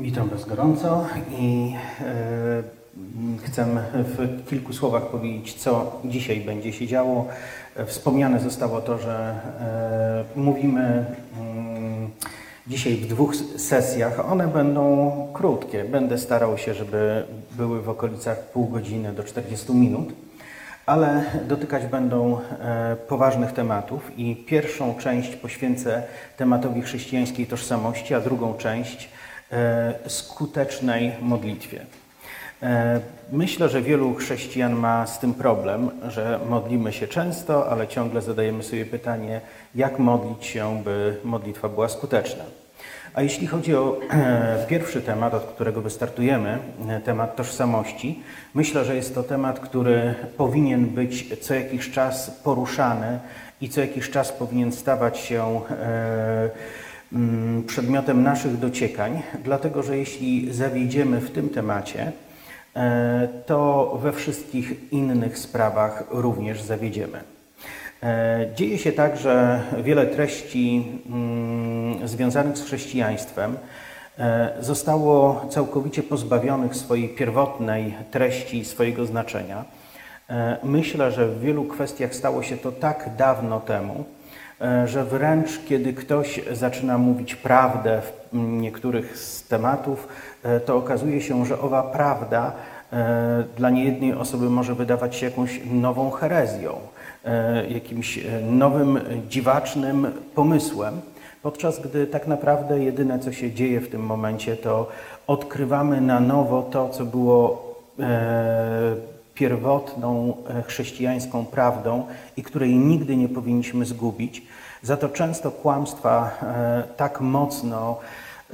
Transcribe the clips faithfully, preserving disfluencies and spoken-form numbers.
Witam Was gorąco i e, chcę w kilku słowach powiedzieć, co dzisiaj będzie się działo. Wspomniane zostało to, że e, mówimy mm, dzisiaj w dwóch sesjach. One będą krótkie. Będę starał się, żeby były w okolicach pół godziny do czterdziestu minut, ale dotykać będą e, poważnych tematów i pierwszą część poświęcę tematowi chrześcijańskiej tożsamości, a drugą część e, skutecznej modlitwie. E, myślę, że wielu chrześcijan ma z tym problem, że modlimy się często, ale ciągle zadajemy sobie pytanie, jak modlić się, by modlitwa była skuteczna. A jeśli chodzi o e, pierwszy temat, od którego wystartujemy, e, temat tożsamości, myślę, że jest to temat, który powinien być co jakiś czas poruszany i co jakiś czas powinien stawać się e, m, przedmiotem naszych dociekań, dlatego że jeśli zawiedziemy w tym temacie, e, to we wszystkich innych sprawach również zawiedziemy. Dzieje się tak, że wiele treści mm, związanych z chrześcijaństwem e, zostało całkowicie pozbawionych swojej pierwotnej treści i swojego znaczenia. E, myślę, że w wielu kwestiach stało się to tak dawno temu, e, że wręcz kiedy ktoś zaczyna mówić prawdę w niektórych z tematów, e, to okazuje się, że owa prawda e, dla niejednej osoby może wydawać się jakąś nową herezją, jakimś nowym, dziwacznym pomysłem, podczas gdy tak naprawdę jedyne, co się dzieje w tym momencie, to odkrywamy na nowo to, co było e, pierwotną chrześcijańską prawdą i której nigdy nie powinniśmy zgubić. Za to często kłamstwa e, tak mocno e,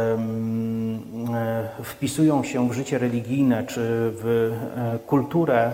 e, wpisują się w życie religijne czy w e, kulturę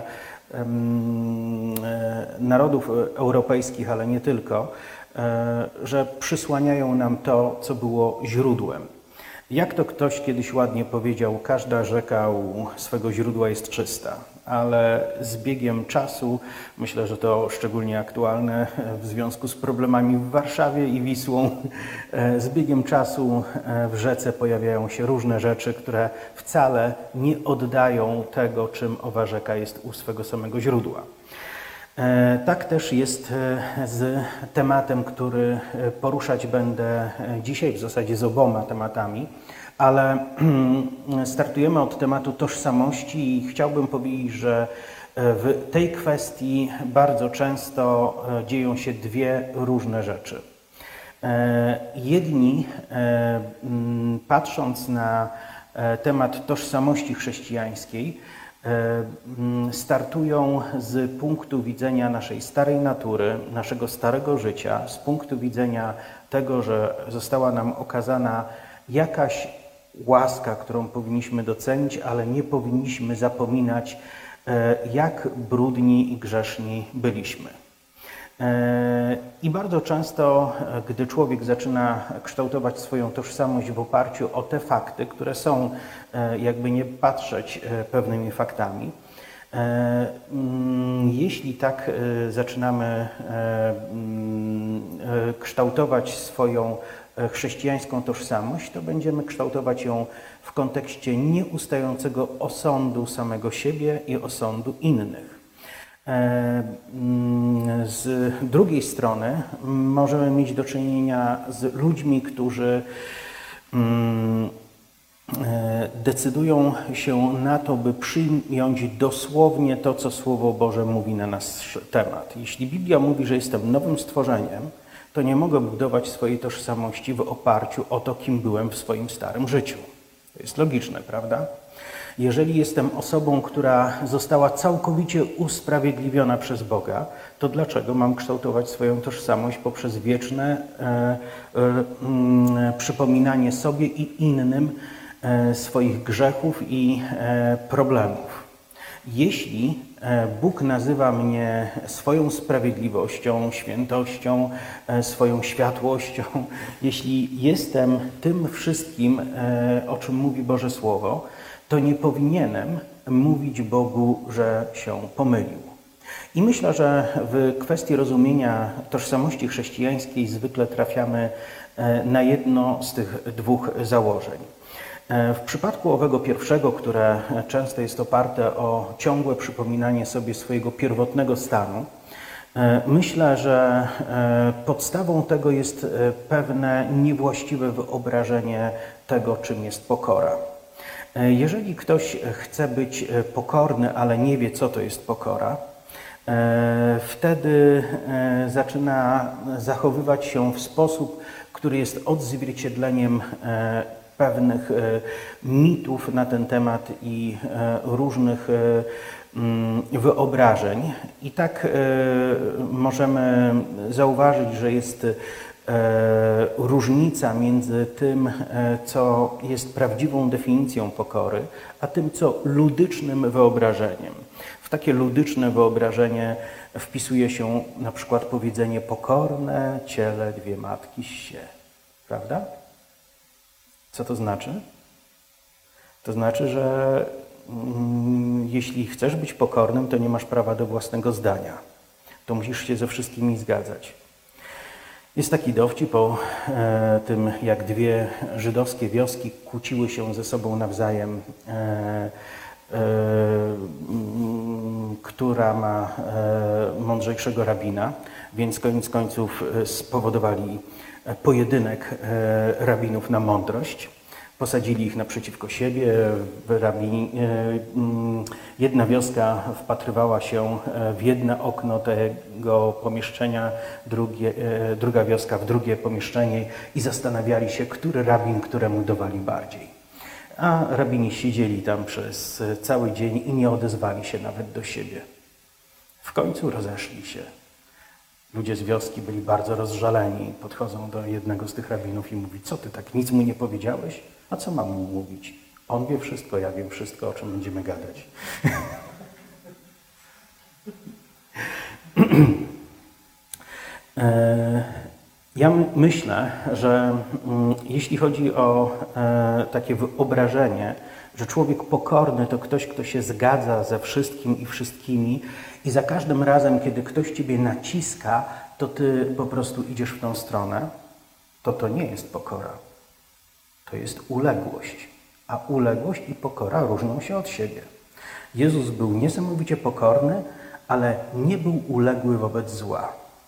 narodów europejskich, ale nie tylko, że przysłaniają nam to, co było źródłem. Jak to ktoś kiedyś ładnie powiedział, każda rzeka u swego źródła jest czysta, ale z biegiem czasu, myślę, że to szczególnie aktualne w związku z problemami w Warszawie i Wisłą, z biegiem czasu w rzece pojawiają się różne rzeczy, które wcale nie oddają tego, czym owa rzeka jest u swego samego źródła. Tak też jest z tematem, który poruszać będę dzisiaj, w zasadzie z oboma tematami, ale startujemy od tematu tożsamości i chciałbym powiedzieć, że w tej kwestii bardzo często dzieją się dwie różne rzeczy. Jedni, patrząc na temat tożsamości chrześcijańskiej, startują z punktu widzenia naszej starej natury, naszego starego życia, z punktu widzenia tego, że została nam okazana jakaś łaska, którą powinniśmy docenić, ale nie powinniśmy zapominać, jak brudni i grzeszni byliśmy. I bardzo często, gdy człowiek zaczyna kształtować swoją tożsamość w oparciu o te fakty, które są, jakby nie patrzeć, pewnymi faktami, jeśli tak zaczynamy kształtować swoją chrześcijańską tożsamość, to będziemy kształtować ją w kontekście nieustającego osądu samego siebie i osądu innych. Z drugiej strony możemy mieć do czynienia z ludźmi, którzy decydują się na to, by przyjąć dosłownie to, co Słowo Boże mówi na nasz temat. Jeśli Biblia mówi, że jestem nowym stworzeniem, to nie mogę budować swojej tożsamości w oparciu o to, kim byłem w swoim starym życiu. To jest logiczne, prawda? Jeżeli jestem osobą, która została całkowicie usprawiedliwiona przez Boga, to dlaczego mam kształtować swoją tożsamość poprzez wieczne e, e, e, przypominanie sobie i innym e, swoich grzechów i e, problemów? Jeśli e, Bóg nazywa mnie swoją sprawiedliwością, świętością, e, swoją światłością, jeśli jestem tym wszystkim, e, o czym mówi Boże Słowo, to nie powinienem mówić Bogu, że się pomylił. I myślę, że w kwestii rozumienia tożsamości chrześcijańskiej zwykle trafiamy na jedno z tych dwóch założeń. W przypadku owego pierwszego, które często jest oparte o ciągłe przypominanie sobie swojego pierwotnego stanu, myślę, że podstawą tego jest pewne niewłaściwe wyobrażenie tego, czym jest pokora. Jeżeli ktoś chce być pokorny, ale nie wie, co to jest pokora, wtedy zaczyna zachowywać się w sposób, który jest odzwierciedleniem pewnych mitów na ten temat i różnych wyobrażeń. I tak możemy zauważyć, że jest różnica między tym, co jest prawdziwą definicją pokory, a tym, co ludycznym wyobrażeniem. W takie ludyczne wyobrażenie wpisuje się na przykład powiedzenie pokorne ciele dwie matki się. Prawda? Co to znaczy? To znaczy, że mm, jeśli chcesz być pokornym, to nie masz prawa do własnego zdania. To musisz się ze wszystkimi zgadzać. Jest taki dowcip o e, tym, jak dwie żydowskie wioski kłóciły się ze sobą nawzajem, e, e, m, która ma e, mądrzejszego rabina, więc koniec końców spowodowali pojedynek e, rabinów na mądrość. Posadzili ich naprzeciwko siebie. Rabin, jedna wioska wpatrywała się w jedno okno tego pomieszczenia, drugie, druga wioska w drugie pomieszczenie i zastanawiali się, który rabin któremu dowali bardziej. A rabini siedzieli tam przez cały dzień i nie odezwali się nawet do siebie. W końcu rozeszli się. Ludzie z wioski byli bardzo rozżaleni. Podchodzą do jednego z tych rabinów i mówi: co ty tak nic mu nie powiedziałeś? A co mam mu mówić? On wie wszystko, ja wiem wszystko, o czym będziemy gadać. Ja myślę, że jeśli chodzi o takie wyobrażenie, że człowiek pokorny to ktoś, kto się zgadza ze wszystkim i wszystkimi i za każdym razem, kiedy ktoś ciebie naciska, to ty po prostu idziesz w tą stronę, to to nie jest pokora. To jest uległość. A uległość i pokora różnią się od siebie. Jezus był niesamowicie pokorny, ale nie był uległy wobec zła.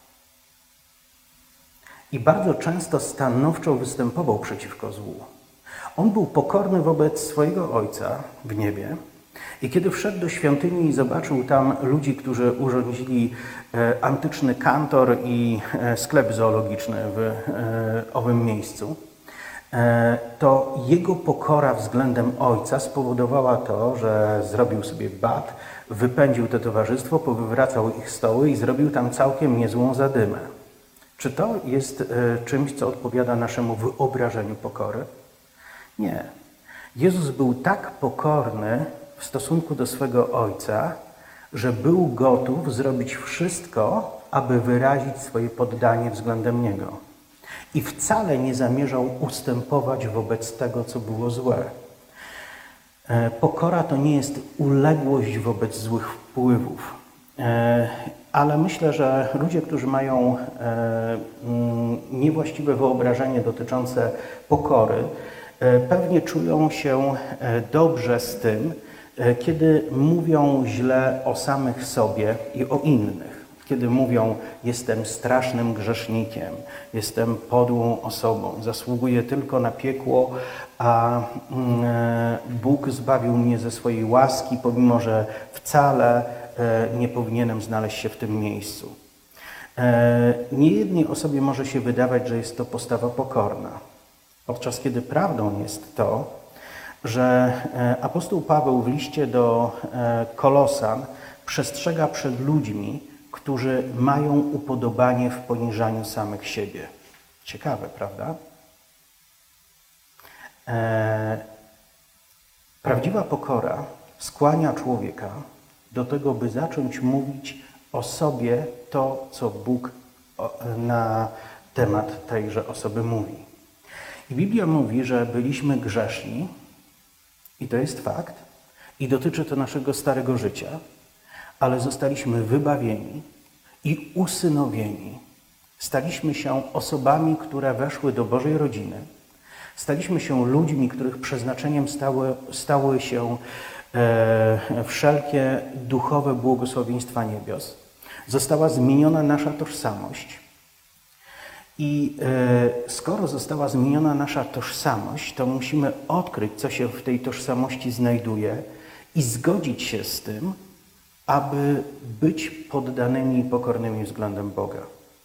I bardzo często stanowczo występował przeciwko złu. On był pokorny wobec swojego Ojca w niebie i kiedy wszedł do świątyni i zobaczył tam ludzi, którzy urządzili antyczny kantor i sklep zoologiczny w owym miejscu, to jego pokora względem Ojca spowodowała to, że zrobił sobie bat, wypędził to towarzystwo, powywracał ich stoły i zrobił tam całkiem niezłą zadymę. Czy to jest czymś, co odpowiada naszemu wyobrażeniu pokory? Nie. Jezus był tak pokorny w stosunku do swego Ojca, że był gotów zrobić wszystko, aby wyrazić swoje poddanie względem Niego. I wcale nie zamierzał ustępować wobec tego, co było złe. Pokora to nie jest uległość wobec złych wpływów. Ale myślę, że ludzie, którzy mają niewłaściwe wyobrażenie dotyczące pokory, pewnie czują się dobrze z tym, kiedy mówią źle o samych sobie i o innych. Kiedy mówią: jestem strasznym grzesznikiem, jestem podłą osobą, zasługuję tylko na piekło, a Bóg zbawił mnie ze swojej łaski, pomimo że wcale nie powinienem znaleźć się w tym miejscu. Niejednej osobie może się wydawać, że jest to postawa pokorna, podczas kiedy prawdą jest to, że apostoł Paweł w liście do Kolosan przestrzega przed ludźmi, którzy mają upodobanie w poniżaniu samych siebie. Ciekawe, prawda? Prawdziwa pokora skłania człowieka do tego, by zacząć mówić o sobie to, co Bóg na temat tejże osoby mówi. I Biblia mówi, że byliśmy grzeszni, i to jest fakt, i dotyczy to naszego starego życia, ale zostaliśmy wybawieni i usynowieni. Staliśmy się osobami, które weszły do Bożej rodziny. Staliśmy się ludźmi, których przeznaczeniem stały, stały się e, wszelkie duchowe błogosławieństwa niebios. Została zmieniona nasza tożsamość. I e, skoro została zmieniona nasza tożsamość, to musimy odkryć, co się w tej tożsamości znajduje i zgodzić się z tym, aby być poddanymi i pokornymi względem Boga.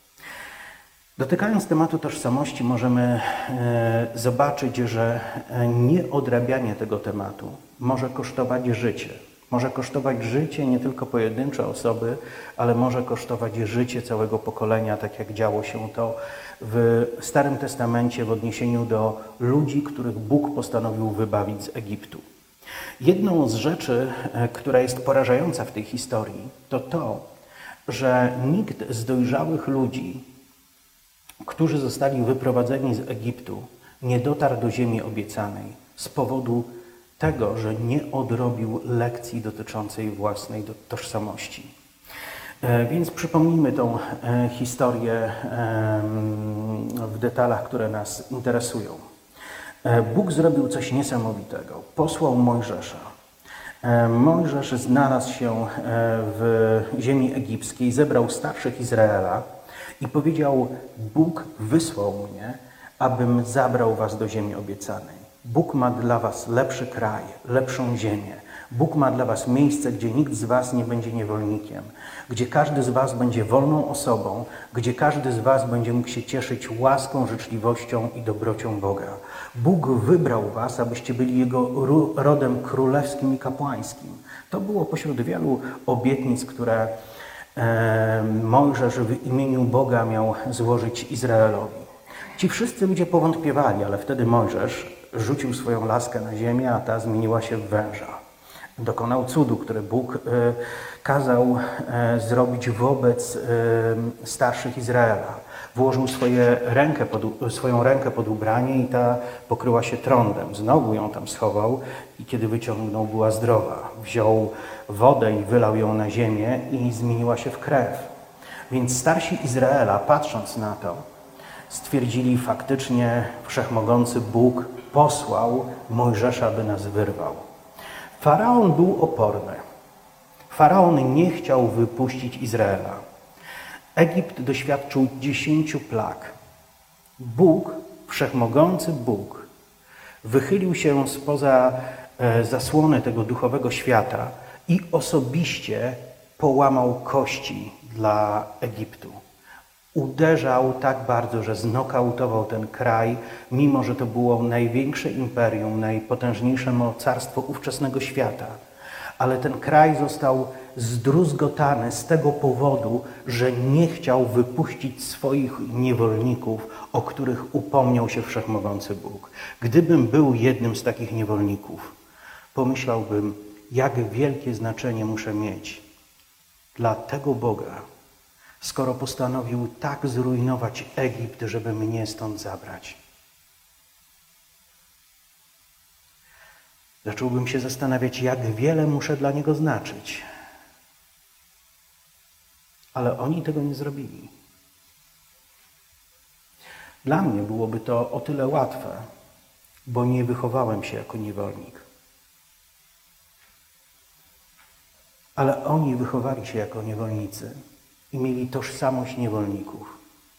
Dotykając tematu tożsamości, możemy e, zobaczyć, że nieodrabianie tego tematu może kosztować życie. Może kosztować życie nie tylko pojedyncze osoby, ale może kosztować życie całego pokolenia, tak jak działo się to w Starym Testamencie w odniesieniu do ludzi, których Bóg postanowił wybawić z Egiptu. Jedną z rzeczy, która jest porażająca w tej historii, to to, że nikt z dojrzałych ludzi, którzy zostali wyprowadzeni z Egiptu, nie dotarł do ziemi obiecanej z powodu tego, że nie odrobił lekcji dotyczącej własnej tożsamości. Więc przypomnijmy tą historię w detalach, które nas interesują. Bóg zrobił coś niesamowitego. Posłał Mojżesza. Mojżesz znalazł się w ziemi egipskiej, zebrał starszych Izraela i powiedział: Bóg wysłał mnie, abym zabrał was do ziemi obiecanej. Bóg ma dla was lepszy kraj, lepszą ziemię. Bóg ma dla was miejsce, gdzie nikt z was nie będzie niewolnikiem, gdzie każdy z was będzie wolną osobą, gdzie każdy z was będzie mógł się cieszyć łaską, życzliwością i dobrocią Boga. Bóg wybrał was, abyście byli Jego rodem królewskim i kapłańskim. To było pośród wielu obietnic, które e, Mojżesz w imieniu Boga miał złożyć Izraelowi. Ci wszyscy ludzie powątpiewali, ale wtedy Mojżesz rzucił swoją laskę na ziemię, a ta zmieniła się w węża. Dokonał cudu, który Bóg e, kazał e, zrobić wobec e, starszych Izraela. Włożył swoje rękę pod, swoją rękę pod ubranie i ta pokryła się trądem. Znowu ją tam schował i kiedy wyciągnął, była zdrowa. Wziął wodę i wylał ją na ziemię i zmieniła się w krew. Więc starsi Izraela, patrząc na to, stwierdzili: faktycznie wszechmogący Bóg posłał Mojżesza, by nas wyrwał. Faraon był oporny. Faraon nie chciał wypuścić Izraela. Egipt doświadczył dziesięciu plag. Bóg, wszechmogący Bóg, wychylił się spoza e, zasłony tego duchowego świata i osobiście połamał kości dla Egiptu. Uderzał tak bardzo, że znokautował ten kraj, mimo że to było największe imperium, najpotężniejsze mocarstwo ówczesnego świata. Ale ten kraj został zdruzgotany z tego powodu, że nie chciał wypuścić swoich niewolników, o których upomniał się wszechmogący Bóg. Gdybym był jednym z takich niewolników, pomyślałbym, jak wielkie znaczenie muszę mieć dla tego Boga, skoro postanowił tak zrujnować Egipt, żeby mnie stąd zabrać. Zacząłbym się zastanawiać, jak wiele muszę dla Niego znaczyć. Ale oni tego nie zrobili. Dla mnie byłoby to o tyle łatwe, bo nie wychowałem się jako niewolnik. Ale oni wychowali się jako niewolnicy i mieli tożsamość niewolników.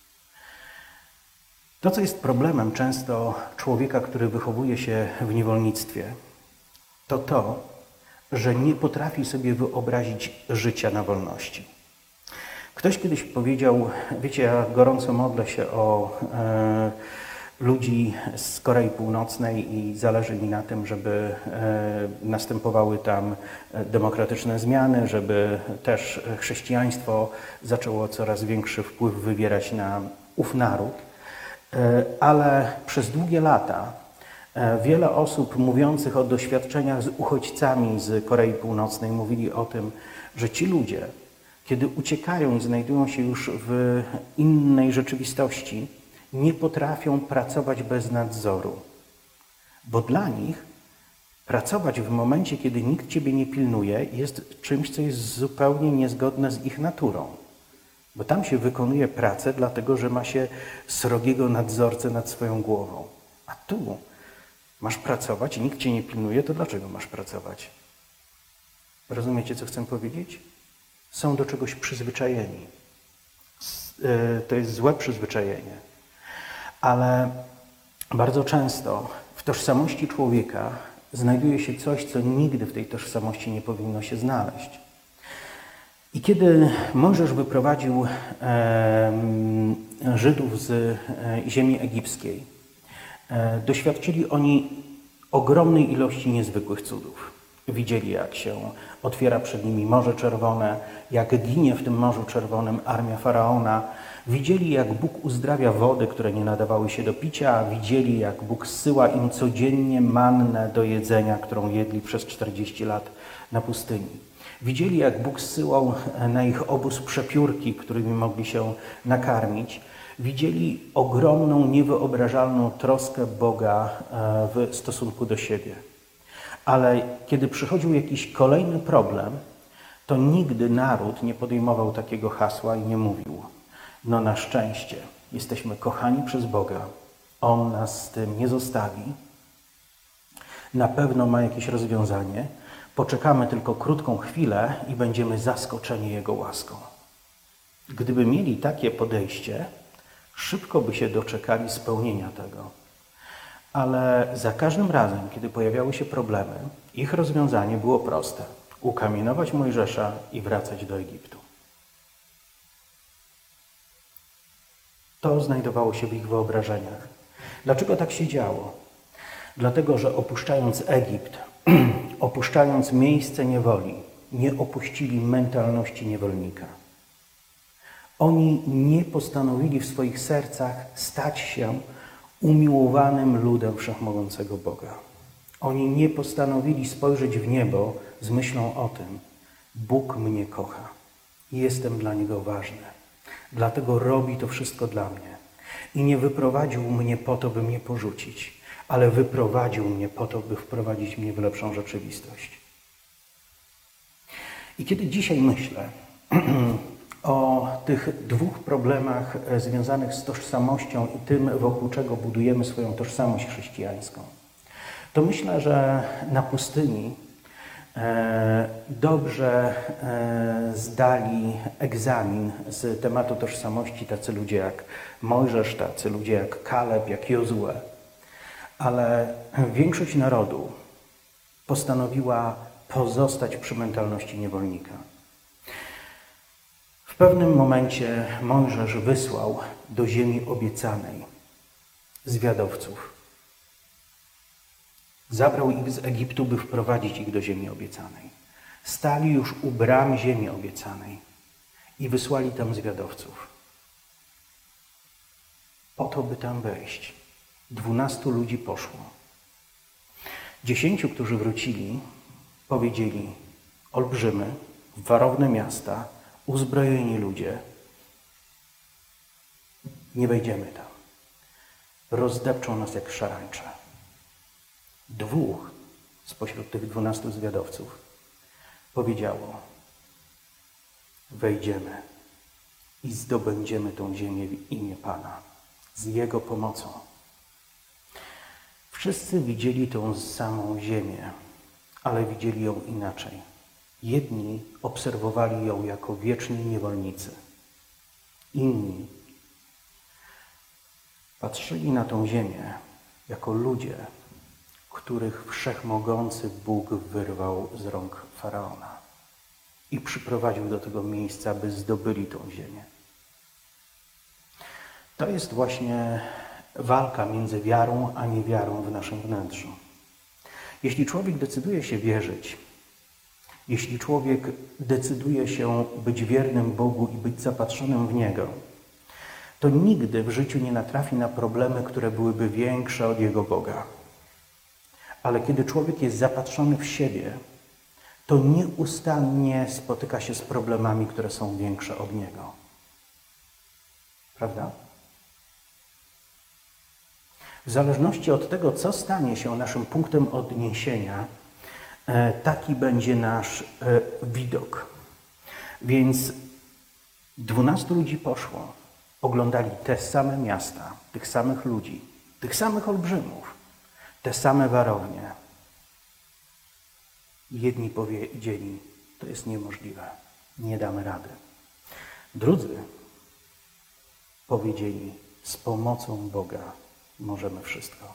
To, co jest problemem często człowieka, który wychowuje się w niewolnictwie, to to, że nie potrafi sobie wyobrazić życia na wolności. Ktoś kiedyś powiedział, wiecie, ja gorąco modlę się o e, ludzi z Korei Północnej i zależy mi na tym, żeby e, następowały tam demokratyczne zmiany, żeby też chrześcijaństwo zaczęło coraz większy wpływ wywierać na ów naród. E, ale przez długie lata e, wiele osób mówiących o doświadczeniach z uchodźcami z Korei Północnej mówili o tym, że ci ludzie, kiedy uciekają i znajdują się już w innej rzeczywistości, nie potrafią pracować bez nadzoru. Bo dla nich pracować w momencie, kiedy nikt ciebie nie pilnuje, jest czymś, co jest zupełnie niezgodne z ich naturą. Bo tam się wykonuje pracę, dlatego że ma się srogiego nadzorcę nad swoją głową. A tu masz pracować i nikt cię nie pilnuje, to dlaczego masz pracować? Rozumiecie, co chcę powiedzieć? Są do czegoś przyzwyczajeni. To jest złe przyzwyczajenie. Ale bardzo często w tożsamości człowieka znajduje się coś, co nigdy w tej tożsamości nie powinno się znaleźć. I kiedy Mojżesz wyprowadził e, Żydów z e, ziemi egipskiej, e, doświadczyli oni ogromnej ilości niezwykłych cudów. Widzieli, jak się otwiera przed nimi Morze Czerwone, jak ginie w tym Morzu Czerwonym armia Faraona. Widzieli, jak Bóg uzdrawia wody, które nie nadawały się do picia. Widzieli, jak Bóg zsyła im codziennie mannę do jedzenia, którą jedli przez czterdzieści lat na pustyni. Widzieli, jak Bóg zsyłał na ich obóz przepiórki, którymi mogli się nakarmić. Widzieli ogromną, niewyobrażalną troskę Boga w stosunku do siebie. Ale kiedy przychodził jakiś kolejny problem, to nigdy naród nie podejmował takiego hasła i nie mówił: no na szczęście, jesteśmy kochani przez Boga, On nas z tym nie zostawi, na pewno ma jakieś rozwiązanie, poczekamy tylko krótką chwilę i będziemy zaskoczeni Jego łaską. Gdyby mieli takie podejście, szybko by się doczekali spełnienia tego. Ale za każdym razem, kiedy pojawiały się problemy, ich rozwiązanie było proste. Ukamienować Mojżesza i wracać do Egiptu. To znajdowało się w ich wyobrażeniach. Dlaczego tak się działo? Dlatego, że opuszczając Egipt, opuszczając miejsce niewoli, nie opuścili mentalności niewolnika. Oni nie postanowili w swoich sercach stać się umiłowanym ludem Wszechmogącego Boga. Oni nie postanowili spojrzeć w niebo z myślą o tym: Bóg mnie kocha, jestem dla Niego ważny, dlatego robi to wszystko dla mnie. I nie wyprowadził mnie po to, by mnie porzucić, ale wyprowadził mnie po to, by wprowadzić mnie w lepszą rzeczywistość. I kiedy dzisiaj myślę o tych dwóch problemach związanych z tożsamością i tym, wokół czego budujemy swoją tożsamość chrześcijańską, to myślę, że na pustyni e, dobrze e, zdali egzamin z tematu tożsamości tacy ludzie jak Mojżesz, tacy ludzie jak Kaleb, jak Jozue. Ale większość narodu postanowiła pozostać przy mentalności niewolnika. W pewnym momencie Mojżesz wysłał do ziemi obiecanej zwiadowców. Zabrał ich z Egiptu, by wprowadzić ich do ziemi obiecanej. Stali już u bram ziemi obiecanej i wysłali tam zwiadowców. Po to, by tam wejść. Dwunastu ludzi poszło. Dziesięciu, którzy wrócili, powiedzieli: olbrzymy, warowne miasta, uzbrojeni ludzie, nie wejdziemy tam. Rozdepczą nas jak szarańcze. Dwóch spośród tych dwunastu zwiadowców powiedziało: wejdziemy i zdobędziemy tą ziemię w imię Pana, z Jego pomocą. Wszyscy widzieli tą samą ziemię, ale widzieli ją inaczej. Jedni obserwowali ją jako wieczni niewolnicy. Inni patrzyli na tą ziemię jako ludzie, których Wszechmogący Bóg wyrwał z rąk Faraona i przyprowadził do tego miejsca, by zdobyli tą ziemię. To jest właśnie walka między wiarą a niewiarą w naszym wnętrzu. Jeśli człowiek decyduje się wierzyć, jeśli człowiek decyduje się być wiernym Bogu i być zapatrzonym w Niego, to nigdy w życiu nie natrafi na problemy, które byłyby większe od jego Boga. Ale kiedy człowiek jest zapatrzony w siebie, to nieustannie spotyka się z problemami, które są większe od niego. Prawda? W zależności od tego, co stanie się naszym punktem odniesienia, taki będzie nasz widok. Więc dwunastu ludzi poszło, oglądali te same miasta, tych samych ludzi, tych samych olbrzymów, te same warownie. Jedni powiedzieli, to jest niemożliwe, nie damy rady. Drudzy powiedzieli, z pomocą Boga możemy wszystko.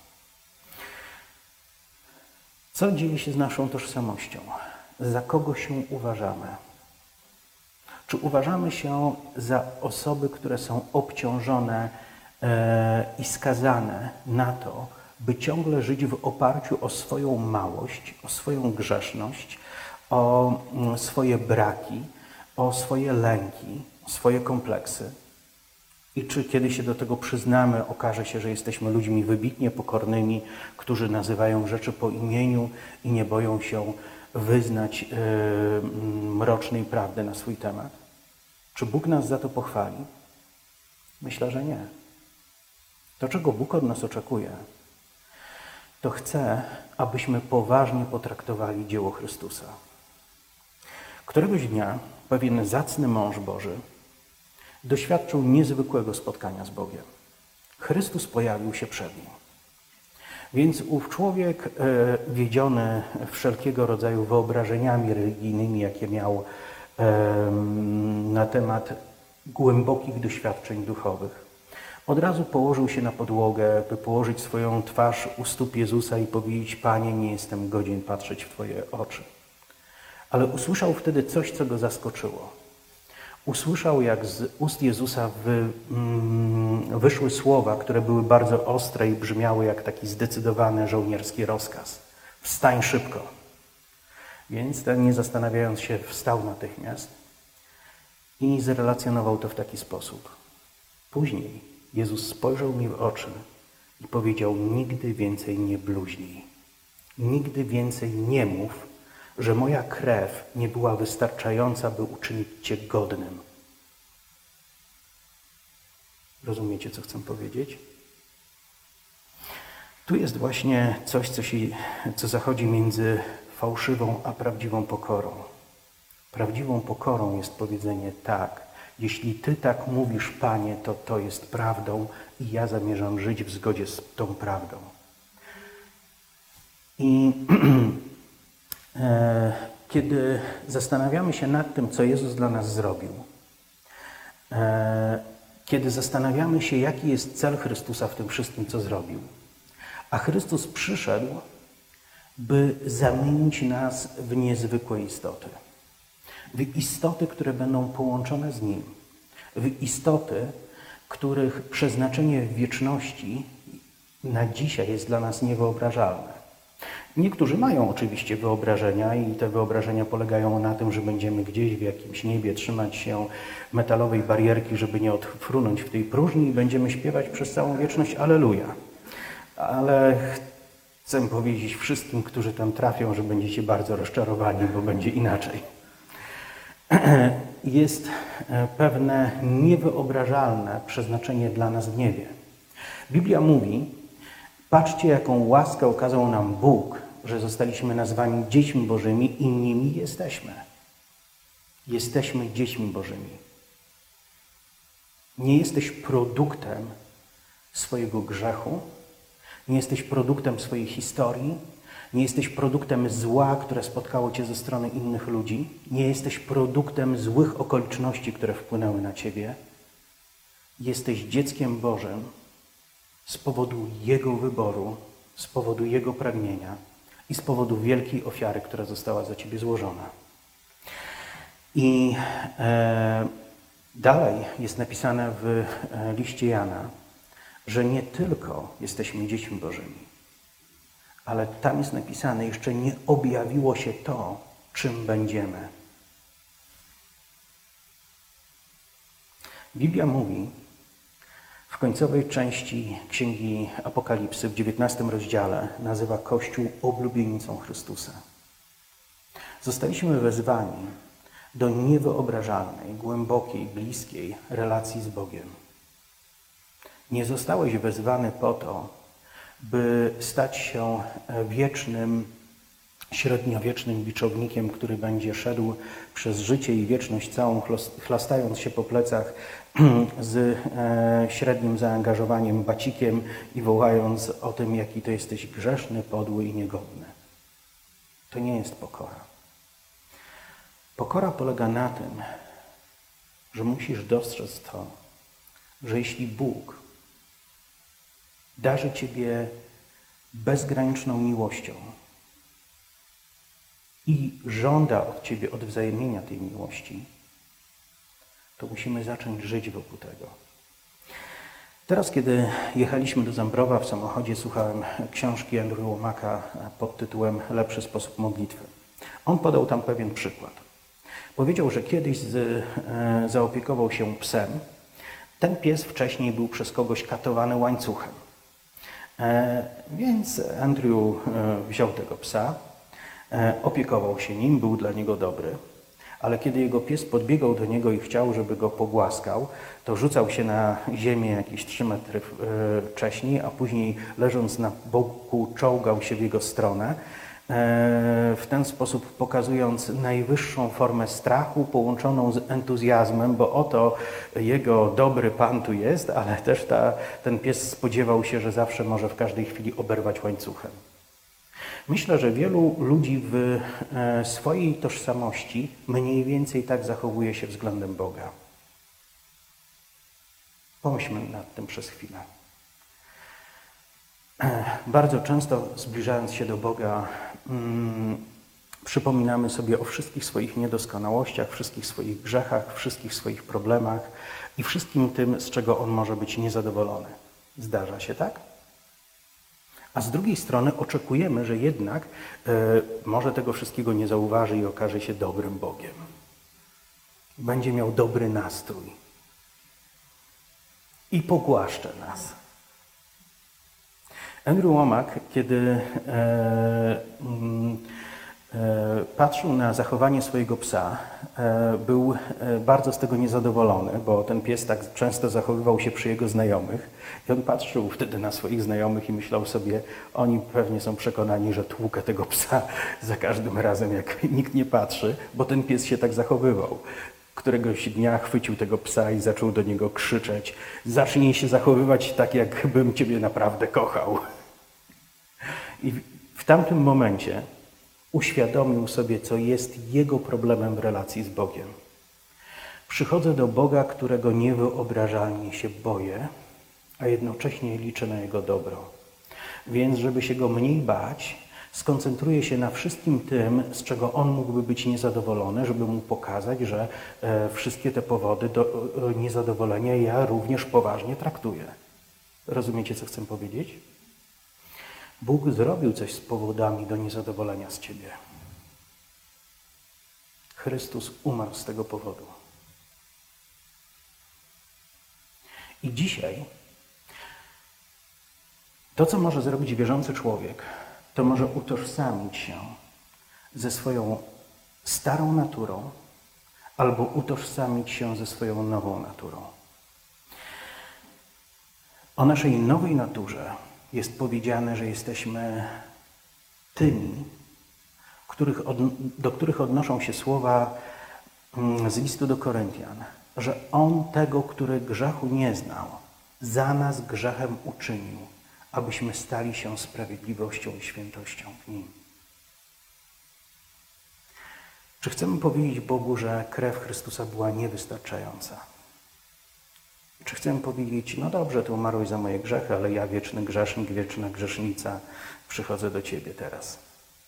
Co dzieje się z naszą tożsamością? Za kogo się uważamy? Czy uważamy się za osoby, które są obciążone e, i skazane na to, by ciągle żyć w oparciu o swoją małość, o swoją grzeszność, o mm, swoje braki, o swoje lęki, o swoje kompleksy? I czy kiedy się do tego przyznamy, okaże się, że jesteśmy ludźmi wybitnie pokornymi, którzy nazywają rzeczy po imieniu i nie boją się wyznać yy, mrocznej prawdy na swój temat? Czy Bóg nas za to pochwali? Myślę, że nie. To, czego Bóg od nas oczekuje, to chce, abyśmy poważnie potraktowali dzieło Chrystusa. Któregoś dnia pewien zacny mąż Boży doświadczył niezwykłego spotkania z Bogiem. Chrystus pojawił się przed nim. Więc ów człowiek, e, wiedziony wszelkiego rodzaju wyobrażeniami religijnymi, jakie miał e, na temat głębokich doświadczeń duchowych, od razu położył się na podłogę, by położyć swoją twarz u stóp Jezusa i powiedzieć: Panie, nie jestem godzien patrzeć w Twoje oczy. Ale usłyszał wtedy coś, co go zaskoczyło. Usłyszał, jak z ust Jezusa wy, mm, wyszły słowa, które były bardzo ostre i brzmiały jak taki zdecydowany żołnierski rozkaz. Wstań szybko. Więc ten, nie zastanawiając się, wstał natychmiast i zrelacjonował to w taki sposób. Później Jezus spojrzał mi w oczy i powiedział: nigdy więcej nie bluźnij. Nigdy więcej nie mów, że moja krew nie była wystarczająca, by uczynić Cię godnym. Rozumiecie, co chcę powiedzieć? Tu jest właśnie coś, co, się, co zachodzi między fałszywą a prawdziwą pokorą. Prawdziwą pokorą jest powiedzenie: tak, jeśli Ty tak mówisz, Panie, to to jest prawdą i ja zamierzam żyć w zgodzie z tą prawdą. I kiedy zastanawiamy się nad tym, co Jezus dla nas zrobił, kiedy zastanawiamy się, jaki jest cel Chrystusa w tym wszystkim, co zrobił, a Chrystus przyszedł, by zamienić nas w niezwykłe istoty. W istoty, które będą połączone z Nim. W istoty, których przeznaczenie w wieczności na dzisiaj jest dla nas niewyobrażalne. Niektórzy mają oczywiście wyobrażenia i te wyobrażenia polegają na tym, że będziemy gdzieś w jakimś niebie trzymać się metalowej barierki, żeby nie odfrunąć w tej próżni i będziemy śpiewać przez całą wieczność Alleluja. Ale chcę powiedzieć wszystkim, którzy tam trafią, że będziecie bardzo rozczarowani, bo będzie inaczej. Jest pewne niewyobrażalne przeznaczenie dla nas w niebie. Biblia mówi: patrzcie, jaką łaskę okazał nam Bóg, że zostaliśmy nazwani dziećmi Bożymi i nimi jesteśmy. Jesteśmy dziećmi Bożymi. Nie jesteś produktem swojego grzechu, nie jesteś produktem swojej historii, nie jesteś produktem zła, które spotkało Cię ze strony innych ludzi, nie jesteś produktem złych okoliczności, które wpłynęły na Ciebie. Jesteś dzieckiem Bożym z powodu Jego wyboru, z powodu Jego pragnienia i z powodu wielkiej ofiary, która została za Ciebie złożona. I e, dalej jest napisane w e, liście Jana, że nie tylko jesteśmy dziećmi Bożymi, ale tam jest napisane: jeszcze nie objawiło się to, czym będziemy. Biblia mówi w końcowej części Księgi Apokalipsy, w dziewiętnastym rozdziale, nazywa Kościół oblubienicą Chrystusa. Zostaliśmy wezwani do niewyobrażalnej, głębokiej, bliskiej relacji z Bogiem. Nie zostałeś wezwany po to, by stać się wiecznym średniowiecznym biczownikiem, który będzie szedł przez życie i wieczność całą, chlastając się po plecach z e, średnim zaangażowaniem bacikiem i wołając o tym, jaki to jesteś grzeszny, podły i niegodny. To nie jest pokora. Pokora polega na tym, że musisz dostrzec to, że jeśli Bóg darzy Ciebie bezgraniczną miłością i żąda od Ciebie odwzajemnienia tej miłości, to musimy zacząć żyć wokół tego. Teraz, kiedy jechaliśmy do Zambrowa w samochodzie, słuchałem książki Andrew Womacka pod tytułem Lepszy sposób modlitwy. On podał tam pewien przykład. Powiedział, że kiedyś z, e, zaopiekował się psem. Ten pies wcześniej był przez kogoś katowany łańcuchem. E, więc Andrew e, wziął tego psa, e, opiekował się nim, był dla niego dobry. Ale kiedy jego pies podbiegał do niego i chciał, żeby go pogłaskał, to rzucał się na ziemię jakieś trzy metry wcześniej, a później leżąc na boku czołgał się w jego stronę, w ten sposób pokazując najwyższą formę strachu połączoną z entuzjazmem, bo oto jego dobry pan tu jest, ale też ta, ten pies spodziewał się, że zawsze może w każdej chwili oberwać łańcuchem. Myślę, że wielu ludzi w swojej tożsamości mniej więcej tak zachowuje się względem Boga. Pomyślmy nad tym przez chwilę. Bardzo często zbliżając się do Boga, hmm, przypominamy sobie o wszystkich swoich niedoskonałościach, wszystkich swoich grzechach, wszystkich swoich problemach i wszystkim tym, z czego On może być niezadowolony. Zdarza się tak? A z drugiej strony oczekujemy, że jednak y, może tego wszystkiego nie zauważy i okaże się dobrym Bogiem. Będzie miał dobry nastrój i pogłaszcze nas. Andrew Wommack, kiedy e, e, patrzył na zachowanie swojego psa, e, był e, bardzo z tego niezadowolony, bo ten pies tak często zachowywał się przy jego znajomych i on patrzył wtedy na swoich znajomych i myślał sobie, oni pewnie są przekonani, że tłukę tego psa za każdym razem, jak nikt nie patrzy, bo ten pies się tak zachowywał. Któregoś dnia chwycił tego psa i zaczął do niego krzyczeć: zacznij się zachowywać tak, jakbym ciebie naprawdę kochał. I w tamtym momencie uświadomił sobie, co jest jego problemem w relacji z Bogiem. Przychodzę do Boga, którego niewyobrażalnie się boję, a jednocześnie liczę na Jego dobro. Więc, żeby się Go mniej bać, skoncentruję się na wszystkim tym, z czego On mógłby być niezadowolony, żeby Mu pokazać, że e, wszystkie te powody do e, niezadowolenia ja również poważnie traktuję. Rozumiecie, co chcę powiedzieć? Bóg zrobił coś z powodami do niezadowolenia z Ciebie. Chrystus umarł z tego powodu. I dzisiaj to, co może zrobić wierzący człowiek, to może utożsamić się ze swoją starą naturą albo utożsamić się ze swoją nową naturą. O naszej nowej naturze jest powiedziane, że jesteśmy tymi, których od, do których odnoszą się słowa z listu do Koryntian, że On tego, który grzechu nie znał, za nas grzechem uczynił, abyśmy stali się sprawiedliwością i świętością w Nim. Czy chcemy powiedzieć Bogu, że krew Chrystusa była niewystarczająca? Czy chcemy powiedzieć, no dobrze, Ty umarłeś za moje grzechy, ale ja, wieczny grzesznik, wieczna grzesznica, przychodzę do Ciebie teraz.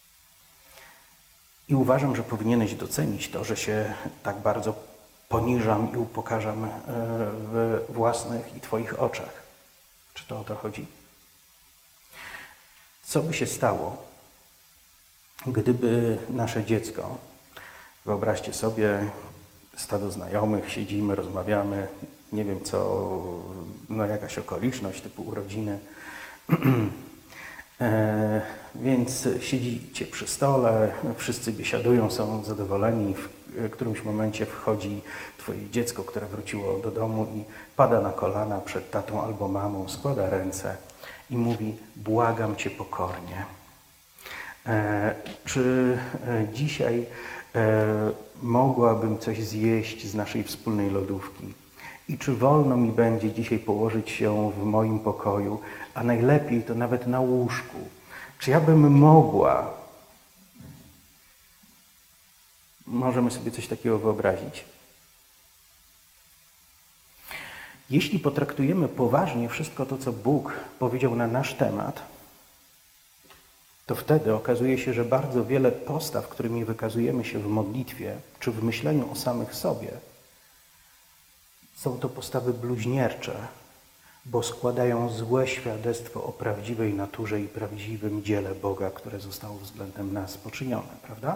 I uważam, że powinieneś docenić to, że się tak bardzo poniżam i upokarzam w własnych i Twoich oczach. Czy to o to chodzi? Co by się stało, gdyby nasze dziecko, wyobraźcie sobie, stado znajomych, siedzimy, rozmawiamy, nie wiem co, no jakaś okoliczność typu urodziny, e, więc siedzicie przy stole, wszyscy biesiadują, są zadowoleni, w którymś momencie wchodzi Twoje dziecko, które wróciło do domu i pada na kolana przed tatą albo mamą, składa ręce i mówi: błagam Cię pokornie, E, czy e, dzisiaj e, mogłabym coś zjeść z naszej wspólnej lodówki? I czy wolno mi będzie dzisiaj położyć się w moim pokoju, a najlepiej to nawet na łóżku? Czy ja bym mogła? Możemy sobie coś takiego wyobrazić? Jeśli potraktujemy poważnie wszystko to, co Bóg powiedział na nasz temat, to wtedy okazuje się, że bardzo wiele postaw, którymi wykazujemy się w modlitwie czy w myśleniu o samych sobie, są to postawy bluźniercze, bo składają złe świadectwo o prawdziwej naturze i prawdziwym dziele Boga, które zostało względem nas poczynione, prawda?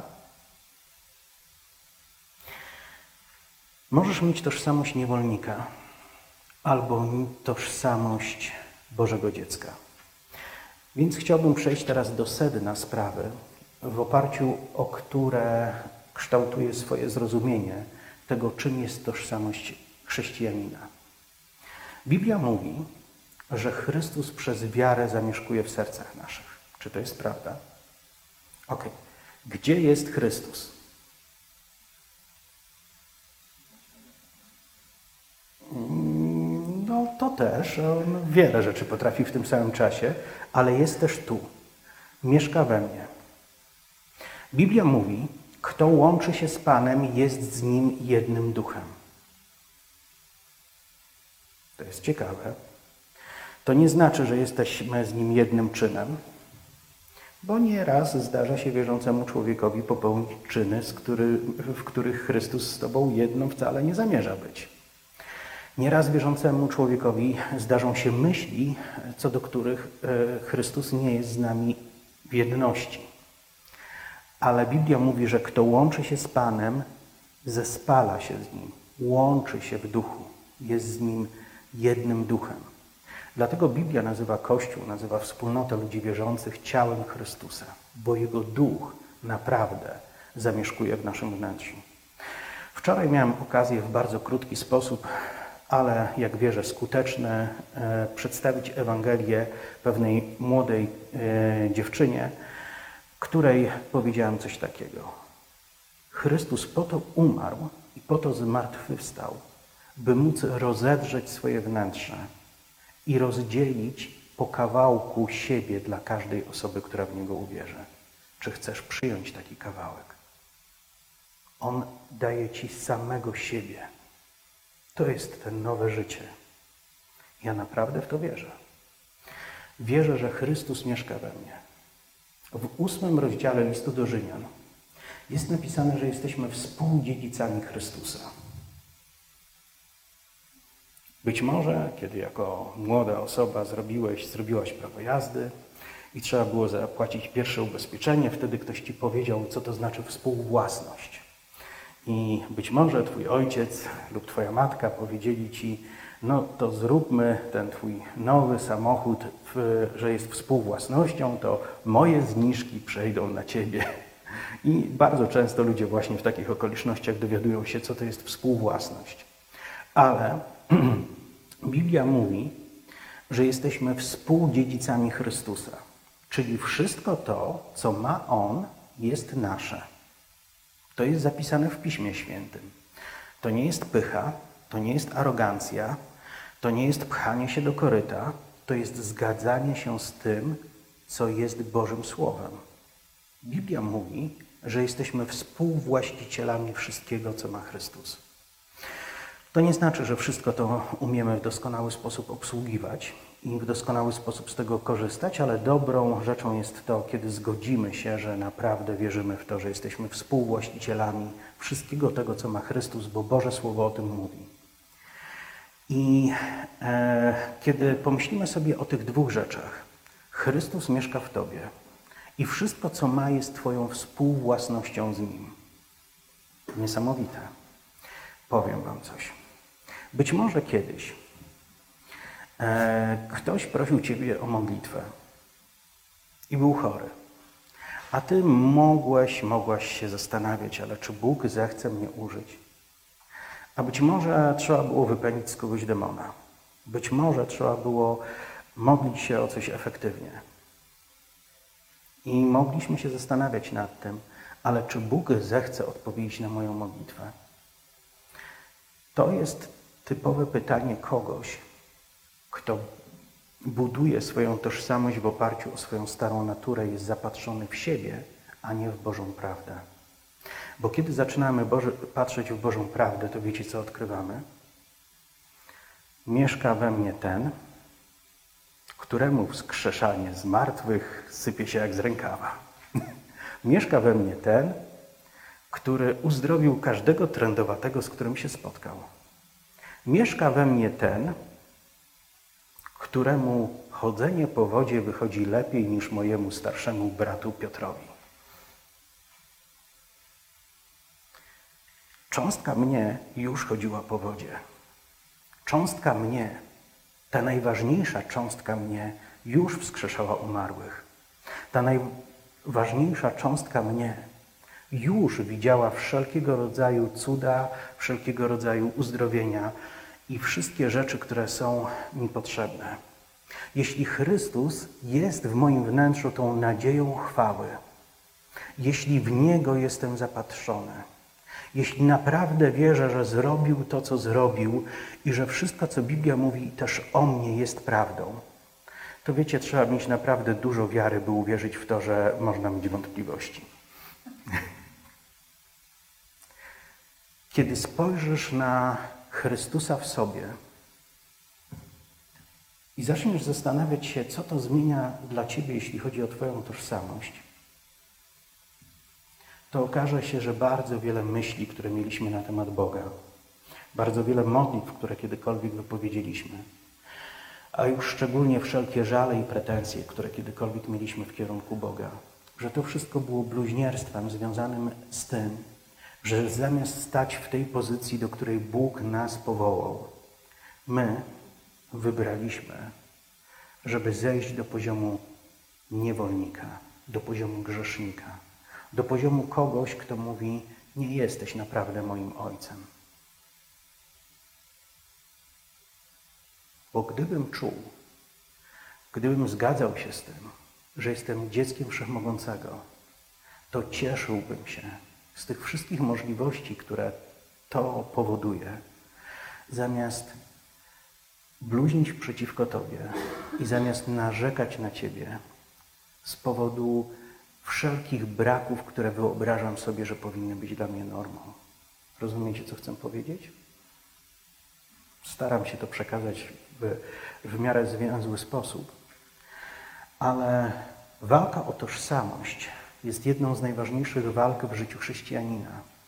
Możesz mieć tożsamość niewolnika albo tożsamość Bożego dziecka. Więc chciałbym przejść teraz do sedna sprawy, w oparciu o które kształtuje swoje zrozumienie tego, czym jest tożsamość chrześcijanina. Biblia mówi, że Chrystus przez wiarę zamieszkuje w sercach naszych. Czy to jest prawda? Ok. Gdzie jest Chrystus? No to też. On wiele rzeczy potrafi w tym samym czasie, ale jest też tu. Mieszka we mnie. Biblia mówi, kto łączy się z Panem, jest z Nim jednym duchem. To jest ciekawe. To nie znaczy, że jesteśmy z Nim jednym czynem, bo nieraz zdarza się wierzącemu człowiekowi popełnić czyny, z który, w których Chrystus z Tobą jedną wcale nie zamierza być. Nieraz wierzącemu człowiekowi zdarzą się myśli, co do których Chrystus nie jest z nami w jedności. Ale Biblia mówi, że kto łączy się z Panem, zespala się z Nim, łączy się w duchu, jest z Nim jednym duchem. Dlatego Biblia nazywa Kościół, nazywa wspólnotę ludzi wierzących ciałem Chrystusa, bo Jego duch naprawdę zamieszkuje w naszym wnętrzu. Wczoraj miałem okazję w bardzo krótki sposób, ale jak wierzę skuteczny, e, przedstawić Ewangelię pewnej młodej e, dziewczynie, której powiedziałem coś takiego. Chrystus po to umarł i po to zmartwychwstał, by móc rozedrzeć swoje wnętrze i rozdzielić po kawałku siebie dla każdej osoby, która w Niego uwierzy. Czy chcesz przyjąć taki kawałek? On daje Ci samego siebie. To jest ten nowe życie. Ja naprawdę w to wierzę. Wierzę, że Chrystus mieszka we mnie. W ósmym rozdziale listu do Rzymian jest napisane, że jesteśmy współdziedzicami Chrystusa. Być może, kiedy jako młoda osoba zrobiłeś, zrobiłaś prawo jazdy i trzeba było zapłacić pierwsze ubezpieczenie, wtedy ktoś Ci powiedział, co to znaczy współwłasność. I być może Twój ojciec lub Twoja matka powiedzieli Ci, no to zróbmy ten Twój nowy samochód, że jest współwłasnością, to moje zniżki przejdą na Ciebie. I bardzo często ludzie właśnie w takich okolicznościach dowiadują się, co to jest współwłasność. Ale Biblia mówi, że jesteśmy współdziedzicami Chrystusa, czyli wszystko to, co ma On, jest nasze. To jest zapisane w Piśmie Świętym. To nie jest pycha, to nie jest arogancja, to nie jest pchanie się do koryta, to jest zgadzanie się z tym, co jest Bożym Słowem. Biblia mówi, że jesteśmy współwłaścicielami wszystkiego, co ma Chrystus. To nie znaczy, że wszystko to umiemy w doskonały sposób obsługiwać i w doskonały sposób z tego korzystać, ale dobrą rzeczą jest to, kiedy zgodzimy się, że naprawdę wierzymy w to, że jesteśmy współwłaścicielami wszystkiego tego, co ma Chrystus, bo Boże Słowo o tym mówi. I e, kiedy pomyślimy sobie o tych dwóch rzeczach, Chrystus mieszka w Tobie i wszystko, co ma, jest Twoją współwłasnością z Nim. Niesamowite. Powiem Wam coś. Być może kiedyś e, ktoś prosił Ciebie o modlitwę i był chory. A Ty mogłeś, mogłaś się zastanawiać, ale czy Bóg zechce mnie użyć? A być może trzeba było wypędzić z kogoś demona. Być może trzeba było modlić się o coś efektywnie. I mogliśmy się zastanawiać nad tym, ale czy Bóg zechce odpowiedzieć na moją modlitwę? To jest typowe pytanie kogoś, kto buduje swoją tożsamość w oparciu o swoją starą naturę, jest zapatrzony w siebie, a nie w Bożą prawdę. Bo kiedy zaczynamy Boże, patrzeć w Bożą prawdę, to wiecie, co odkrywamy? Mieszka we mnie ten, któremu wskrzeszanie z martwych sypie się jak z rękawa. Mieszka we mnie ten, który uzdrowił każdego trędowatego, z którym się spotkał. Mieszka we mnie ten, któremu chodzenie po wodzie wychodzi lepiej niż mojemu starszemu bratu Piotrowi. Cząstka mnie już chodziła po wodzie. Cząstka mnie, ta najważniejsza cząstka mnie już wskrzeszała umarłych. Ta najważniejsza cząstka mnie już widziała wszelkiego rodzaju cuda, wszelkiego rodzaju uzdrowienia i wszystkie rzeczy, które są mi potrzebne. Jeśli Chrystus jest w moim wnętrzu tą nadzieją chwały, jeśli w Niego jestem zapatrzony, jeśli naprawdę wierzę, że zrobił to, co zrobił i że wszystko, co Biblia mówi też o mnie, jest prawdą, to wiecie, trzeba mieć naprawdę dużo wiary, by uwierzyć w to, że można mieć wątpliwości. Kiedy spojrzysz na Chrystusa w sobie i zaczniesz zastanawiać się, co to zmienia dla ciebie, jeśli chodzi o twoją tożsamość, to okaże się, że bardzo wiele myśli, które mieliśmy na temat Boga, bardzo wiele modlitw, które kiedykolwiek wypowiedzieliśmy, a już szczególnie wszelkie żale i pretensje, które kiedykolwiek mieliśmy w kierunku Boga, że to wszystko było bluźnierstwem związanym z tym, że zamiast stać w tej pozycji, do której Bóg nas powołał, my wybraliśmy, żeby zejść do poziomu niewolnika, do poziomu grzesznika, do poziomu kogoś, kto mówi, nie jesteś naprawdę moim ojcem. Bo gdybym czuł, gdybym zgadzał się z tym, że jestem dzieckiem Wszechmogącego, to cieszyłbym się z tych wszystkich możliwości, które to powoduje, zamiast bluźnić przeciwko Tobie i zamiast narzekać na Ciebie z powodu wszelkich braków, które wyobrażam sobie, że powinny być dla mnie normą. Rozumiecie, co chcę powiedzieć? Staram się to przekazać w, w miarę zwięzły sposób, ale walka o tożsamość jest jedną z najważniejszych walk w życiu chrześcijanina.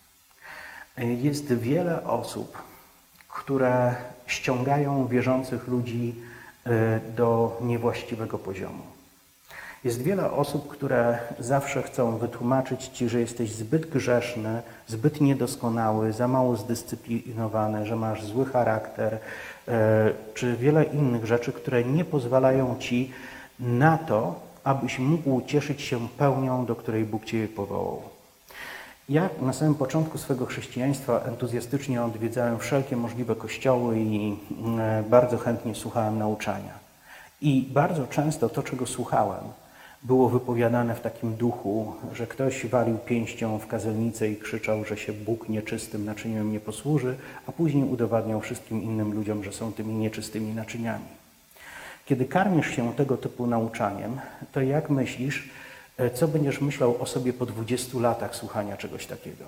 Jest wiele osób, które ściągają wierzących ludzi do niewłaściwego poziomu. Jest wiele osób, które zawsze chcą wytłumaczyć Ci, że jesteś zbyt grzeszny, zbyt niedoskonały, za mało zdyscyplinowany, że masz zły charakter, czy wiele innych rzeczy, które nie pozwalają Ci na to, abyś mógł cieszyć się pełnią, do której Bóg Cię powołał. Ja na samym początku swego chrześcijaństwa entuzjastycznie odwiedzałem wszelkie możliwe kościoły i bardzo chętnie słuchałem nauczania. I bardzo często to, czego słuchałem, było wypowiadane w takim duchu, że ktoś walił pięścią w kazelnicę i krzyczał, że się Bóg nieczystym naczyniem nie posłuży, a później udowadniał wszystkim innym ludziom, że są tymi nieczystymi naczyniami. Kiedy karmisz się tego typu nauczaniem, to jak myślisz, co będziesz myślał o sobie po dwudziestu latach słuchania czegoś takiego?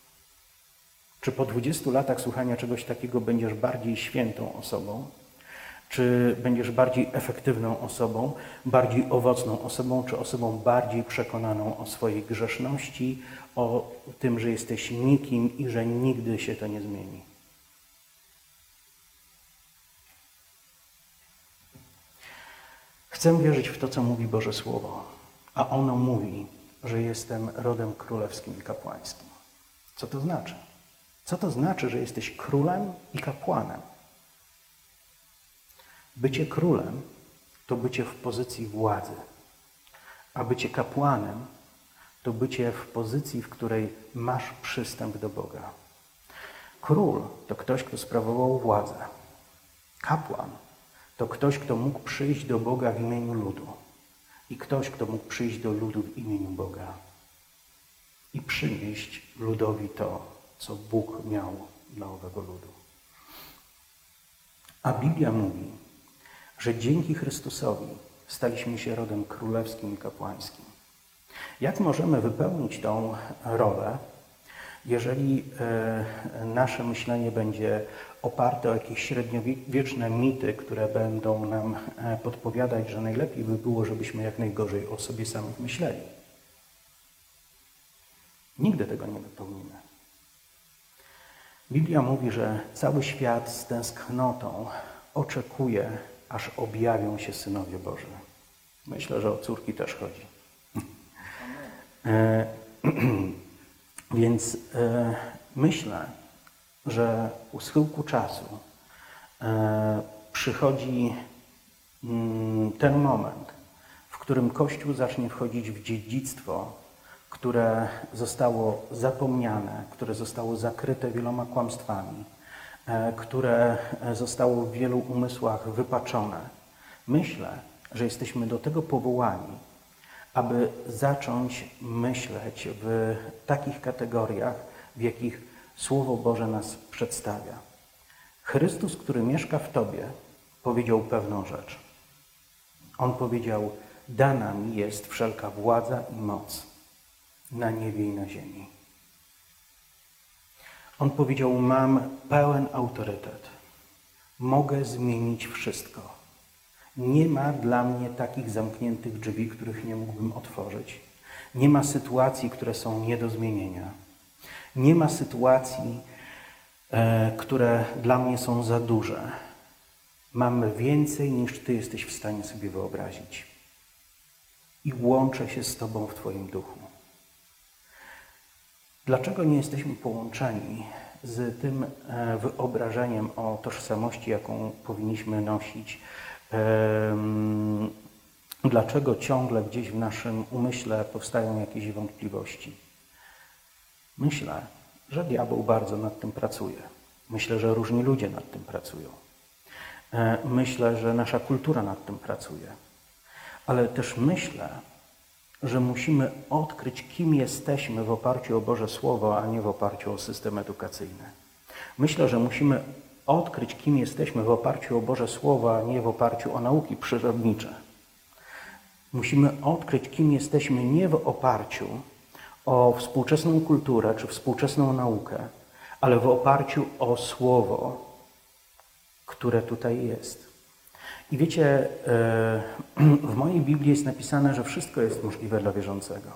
Czy po dwudziestu latach słuchania czegoś takiego będziesz bardziej świętą osobą? Czy będziesz bardziej efektywną osobą, bardziej owocną osobą, czy osobą bardziej przekonaną o swojej grzeszności, o tym, że jesteś nikim i że nigdy się to nie zmieni? Chcę wierzyć w to, co mówi Boże Słowo, a ono mówi, że jestem rodem królewskim i kapłańskim. Co to znaczy? Co to znaczy, że jesteś królem i kapłanem? Bycie królem to bycie w pozycji władzy, a bycie kapłanem to bycie w pozycji, w której masz przystęp do Boga. Król to ktoś, kto sprawował władzę. Kapłan to ktoś, kto mógł przyjść do Boga w imieniu ludu. i ktoś, kto mógł przyjść do ludu w imieniu Boga i przynieść ludowi to, co Bóg miał dla owego ludu. A Biblia mówi, że dzięki Chrystusowi staliśmy się rodem królewskim i kapłańskim. Jak możemy wypełnić tą rolę, jeżeli e, nasze myślenie będzie oparte o jakieś średniowieczne mity, które będą nam e, podpowiadać, że najlepiej by było, żebyśmy jak najgorzej o sobie samych myśleli? Nigdy tego nie wypełnimy. Biblia mówi, że cały świat z tęsknotą oczekuje, aż objawią się synowie Boży. Myślę, że o córki też chodzi. E, Więc e, myślę, że u schyłku czasu e, przychodzi mm, ten moment, w którym Kościół zacznie wchodzić w dziedzictwo, które zostało zapomniane, które zostało zakryte wieloma kłamstwami, e, które zostało w wielu umysłach wypaczone. Myślę, że jesteśmy do tego powołani, aby zacząć myśleć w takich kategoriach, w jakich Słowo Boże nas przedstawia. Chrystus, który mieszka w Tobie, powiedział pewną rzecz. On powiedział, dana mi jest wszelka władza i moc na niebie i na ziemi. On powiedział, mam pełen autorytet. Mogę zmienić wszystko. Nie ma dla mnie takich zamkniętych drzwi, których nie mógłbym otworzyć. Nie ma sytuacji, które są nie do zmienienia. Nie ma sytuacji, e, które dla mnie są za duże. Mam więcej, niż Ty jesteś w stanie sobie wyobrazić. I łączę się z Tobą w Twoim duchu. Dlaczego nie jesteśmy połączeni z tym e, wyobrażeniem o tożsamości, jaką powinniśmy nosić? Dlaczego ciągle gdzieś w naszym umyśle powstają jakieś wątpliwości? Myślę, że diabeł bardzo nad tym pracuje. Myślę, że różni ludzie nad tym pracują. Myślę, że nasza kultura nad tym pracuje. Ale też myślę, że musimy odkryć, kim jesteśmy w oparciu o Boże Słowo, a nie w oparciu o system edukacyjny. Myślę, że musimy odkryć, kim jesteśmy w oparciu o Boże Słowo, a nie w oparciu o nauki przyrodnicze. Musimy odkryć, kim jesteśmy nie w oparciu o współczesną kulturę czy współczesną naukę, ale w oparciu o Słowo, które tutaj jest. I wiecie, w mojej Biblii jest napisane, że wszystko jest możliwe dla wierzącego.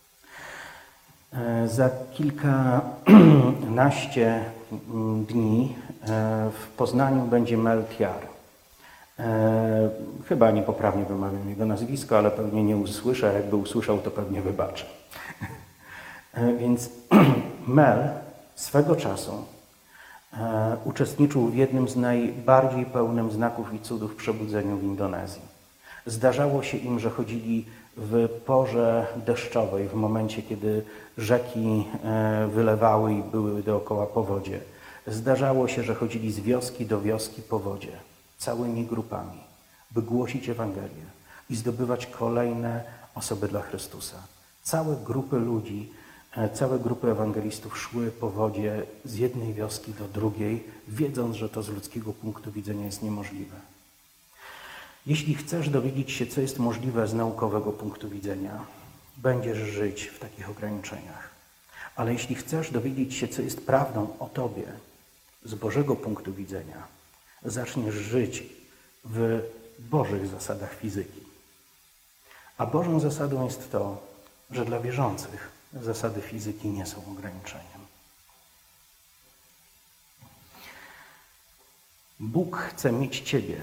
Za kilkanaście dni w Poznaniu będzie Mel Tiar. Chyba niepoprawnie wymawiam jego nazwisko, ale pewnie nie usłyszę, a jakby usłyszał, to pewnie wybaczę. Więc Mel swego czasu uczestniczył w jednym z najbardziej pełnym znaków i cudów przebudzeniu w Indonezji. Zdarzało się im, że chodzili w porze deszczowej, w momencie, kiedy rzeki wylewały i były dookoła powodzie. Zdarzało się, że chodzili z wioski do wioski po wodzie, całymi grupami, by głosić Ewangelię i zdobywać kolejne osoby dla Chrystusa. Całe grupy ludzi, całe grupy ewangelistów szły po wodzie z jednej wioski do drugiej, wiedząc, że to z ludzkiego punktu widzenia jest niemożliwe. Jeśli chcesz dowiedzieć się, co jest możliwe z naukowego punktu widzenia, będziesz żyć w takich ograniczeniach. Ale jeśli chcesz dowiedzieć się, co jest prawdą o Tobie z Bożego punktu widzenia, zaczniesz żyć w Bożych zasadach fizyki. A Bożą zasadą jest to, że dla wierzących zasady fizyki nie są ograniczeniem. Bóg chce mieć Ciebie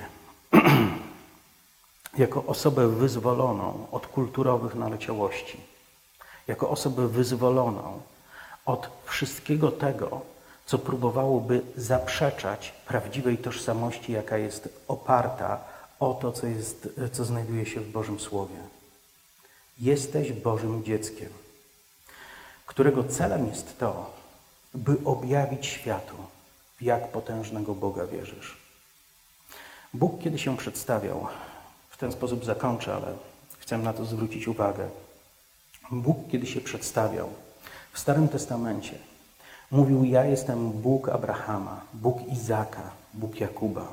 jako osobę wyzwoloną od kulturowych naleciałości, jako osobę wyzwoloną od wszystkiego tego, co próbowałoby zaprzeczać prawdziwej tożsamości, jaka jest oparta o to, co, jest, co znajduje się w Bożym Słowie. Jesteś Bożym dzieckiem, którego celem jest to, by objawić światu, w jak potężnego Boga wierzysz. Bóg kiedy się przedstawiał, w ten sposób zakończę, ale chcę chcę na to zwrócić uwagę. Bóg, kiedy się przedstawiał w Starym Testamencie, mówił: ja jestem Bóg Abrahama, Bóg Izaka, Bóg Jakuba.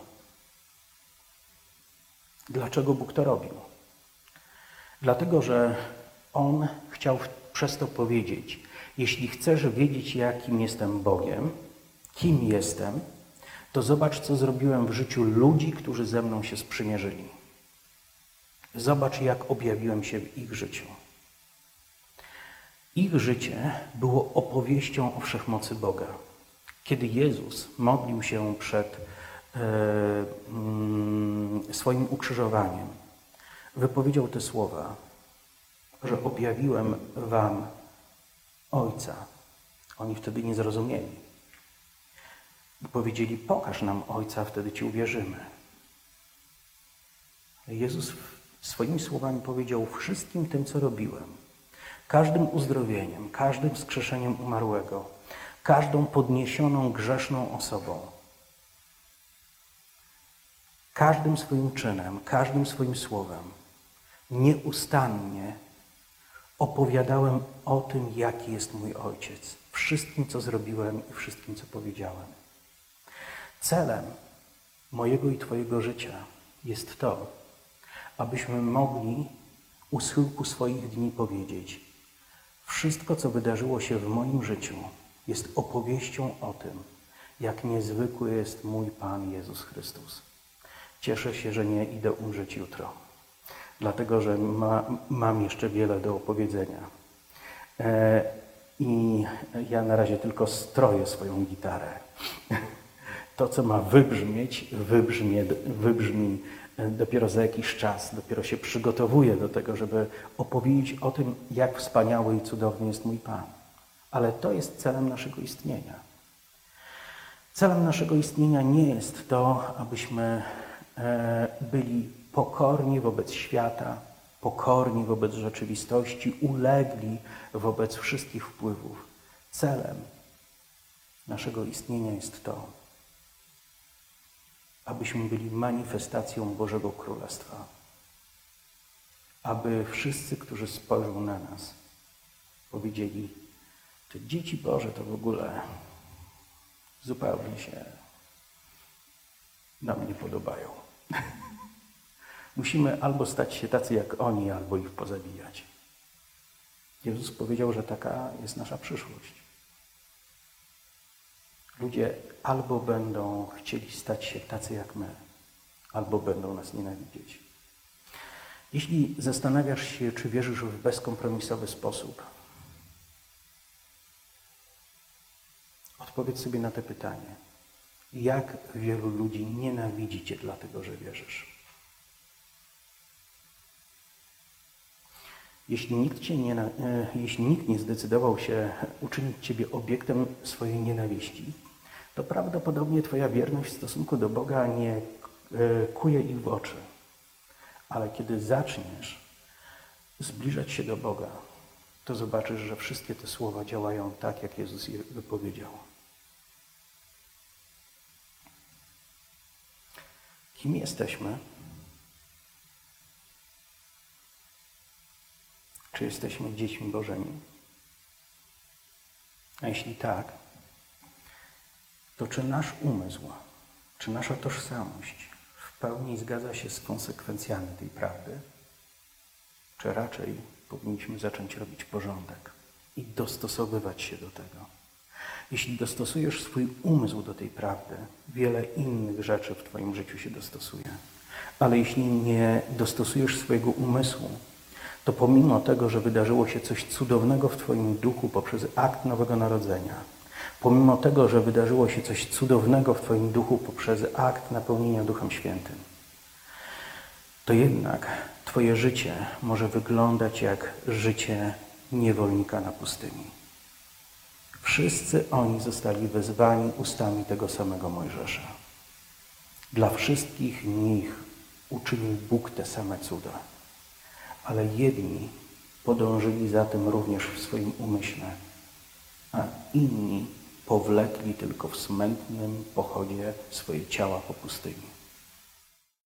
Dlaczego Bóg to robił? Dlatego, że On chciał przez to powiedzieć: jeśli chcesz wiedzieć, jakim jestem Bogiem, kim jestem, to zobacz, co zrobiłem w życiu ludzi, którzy ze mną się sprzymierzyli. Zobacz, jak objawiłem się w ich życiu. Ich życie było opowieścią o wszechmocy Boga. Kiedy Jezus modlił się przed e, mm, swoim ukrzyżowaniem, wypowiedział te słowa, że objawiłem wam Ojca. Oni wtedy nie zrozumieli. I powiedzieli: pokaż nam Ojca, wtedy Ci uwierzymy. Jezus swoimi słowami powiedział: wszystkim tym, co robiłem, każdym uzdrowieniem, każdym wskrzeszeniem umarłego, każdą podniesioną grzeszną osobą, każdym swoim czynem, każdym swoim słowem nieustannie opowiadałem o tym, jaki jest mój Ojciec. Wszystkim, co zrobiłem i wszystkim, co powiedziałem. Celem mojego i Twojego życia jest to, abyśmy mogli u schyłku swoich dni powiedzieć: wszystko, co wydarzyło się w moim życiu, jest opowieścią o tym, jak niezwykły jest mój Pan Jezus Chrystus. Cieszę się, że nie idę umrzeć jutro, dlatego że ma, mam jeszcze wiele do opowiedzenia. E, I ja na razie tylko stroję swoją gitarę. To, co ma wybrzmieć, wybrzmie, wybrzmi dopiero za jakiś czas. Dopiero się przygotowuję do tego, żeby opowiedzieć o tym, jak wspaniały i cudowny jest mój Pan. Ale to jest celem naszego istnienia. Celem naszego istnienia nie jest to, abyśmy byli pokorni wobec świata, pokorni wobec rzeczywistości, ulegli wobec wszystkich wpływów. Celem naszego istnienia jest to, abyśmy byli manifestacją Bożego Królestwa. Aby wszyscy, którzy spojrzą na nas, powiedzieli: te dzieci Boże to w ogóle zupełnie się nam nie podobają. Musimy albo stać się tacy jak oni, albo ich pozabijać. Jezus powiedział, że taka jest nasza przyszłość. Ludzie albo będą chcieli stać się tacy jak my, albo będą nas nienawidzieć. Jeśli zastanawiasz się, czy wierzysz w bezkompromisowy sposób, odpowiedz sobie na to pytanie. Jak wielu ludzi nienawidzi Cię dlatego, że wierzysz? Jeśli nikt, cię nie, jeśli nikt nie zdecydował się uczynić Ciebie obiektem swojej nienawiści, to prawdopodobnie Twoja wierność w stosunku do Boga nie kuje ich w oczy. Ale kiedy zaczniesz zbliżać się do Boga, to zobaczysz, że wszystkie te słowa działają tak, jak Jezus je wypowiedział. Kim jesteśmy? Czy jesteśmy dziećmi Bożymi? A jeśli tak, to czy nasz umysł, czy nasza tożsamość w pełni zgadza się z konsekwencjami tej prawdy? Czy raczej powinniśmy zacząć robić porządek i dostosowywać się do tego? Jeśli dostosujesz swój umysł do tej prawdy, wiele innych rzeczy w Twoim życiu się dostosuje. Ale jeśli nie dostosujesz swojego umysłu, to pomimo tego, że wydarzyło się coś cudownego w Twoim duchu poprzez akt Nowego Narodzenia, pomimo tego, że wydarzyło się coś cudownego w Twoim duchu poprzez akt napełnienia Duchem Świętym, to jednak Twoje życie może wyglądać jak życie niewolnika na pustyni. Wszyscy oni zostali wezwani ustami tego samego Mojżesza. Dla wszystkich nich uczynił Bóg te same cuda. Ale jedni podążyli za tym również w swoim umyśle, a inni powlekli tylko w smętnym pochodzie swoje ciała po pustyni.